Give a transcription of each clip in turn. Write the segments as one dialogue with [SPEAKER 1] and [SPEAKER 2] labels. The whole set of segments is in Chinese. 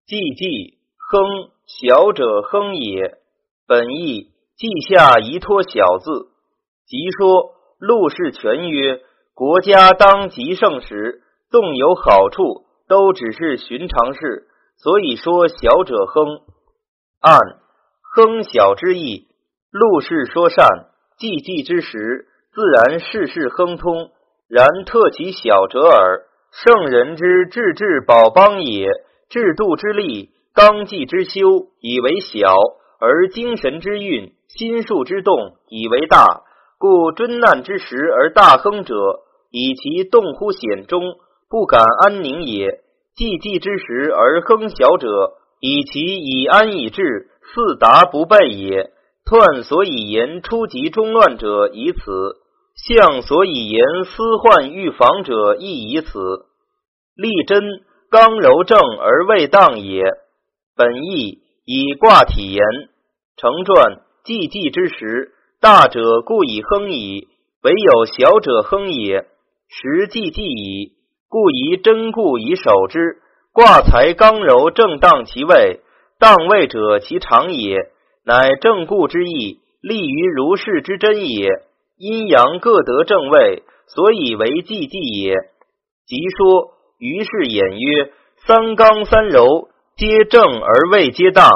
[SPEAKER 1] 既济亨，小者亨也。本义记下宜托小字。即说陆氏全曰：国家当极盛时，纵有好处，都只是寻常事，所以说小者亨。按亨小之意，陆氏说善，济济之时，自然事事亨通，然特其小者耳。圣人之治治保邦也，制度之力，纲纪之修，以为小，而精神之运，心术之动，以为大。故尊难之时而大亨者，以其动乎险中，不敢安宁也；济济之时而亨小者，以其以安以治，四达不备也。彖所以言初级中乱者以此，象所以言私患预防者亦以此。立真刚柔正而未当也。本义以卦体言。成传济济之时，大者故以亨矣，唯有小者亨也。时济济矣，故宜真固以守之。卦才刚柔正当其位，当位者其常也，乃正固之意，立于如是之真也。阴阳各得正位，所以为济济也。即说于是言曰：三刚三柔，皆正而未皆当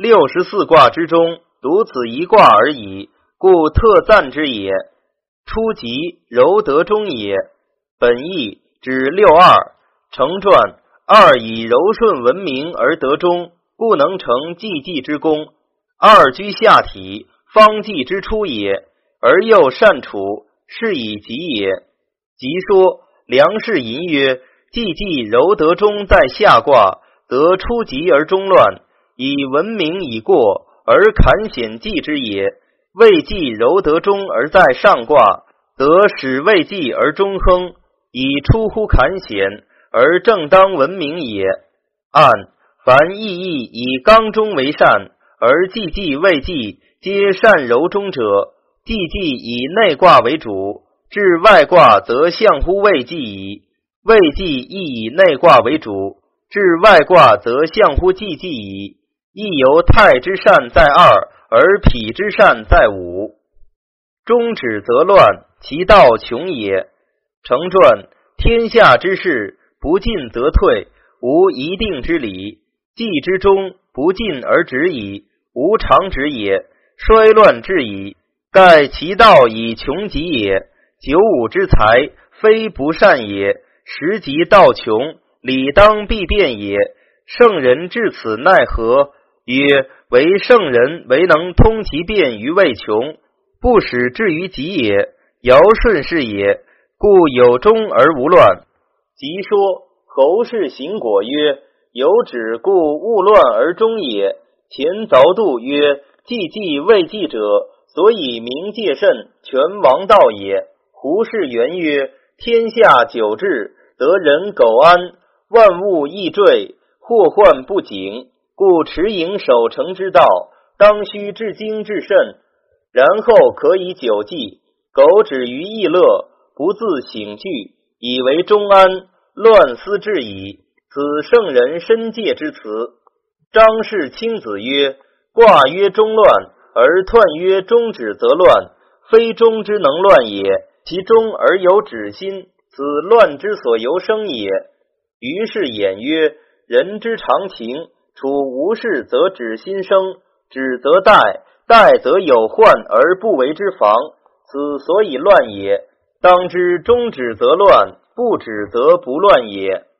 [SPEAKER 1] ，64卦之中，独此一卦而已，故特赞之也。初级柔得中也。本义指62。成传二以柔顺闻名而得中，故能成济济之功。二居下体，方济之初也，而又善处，是以吉也。即说梁氏吟曰：济济柔得中在下卦，得初吉而中乱，以闻名已过而坎险济之也；未济柔得中而在上卦，得使未济而中亨，以出乎坎险而正当闻名也。按凡意义以刚中为善，而济济未济皆善柔中者，济济以内卦为主，至外卦则相乎未济矣；未济亦以内卦为主，至外卦则相乎济济矣。亦由泰之善在2，而否之善在5。终止则乱，其道穷也。成传天下之事，不进则退，无一定之理；济之中，不进而止矣，无常止也。衰乱至矣，盖其道以穷极也。95之才，非不善也，时极道穷，理当必变也。圣人至此奈何？曰：为圣人，唯能通其变于未穷，不使至于极也。尧舜是也，故有终而无乱。即说侯氏行果曰：有止故勿乱而终也。前凿度曰：济济未济者，所以明戒慎，全王道也。胡适元曰：天下久治，得人苟安，万物易坠，祸患不警，故持营守成之道，当须至精至慎，然后可以久济。苟止于逸乐，不自省惧，以为中安，乱思至矣。此圣人深戒之词。张氏亲子曰：卦曰中乱，而彖曰中止则乱，非中之能乱也，其中而有止心，此乱之所由生也。于是言曰：人之常情，处无事则止心生，止则殆，殆则有患而不为之防，此所以乱也。当知中止则乱，不止则不乱也。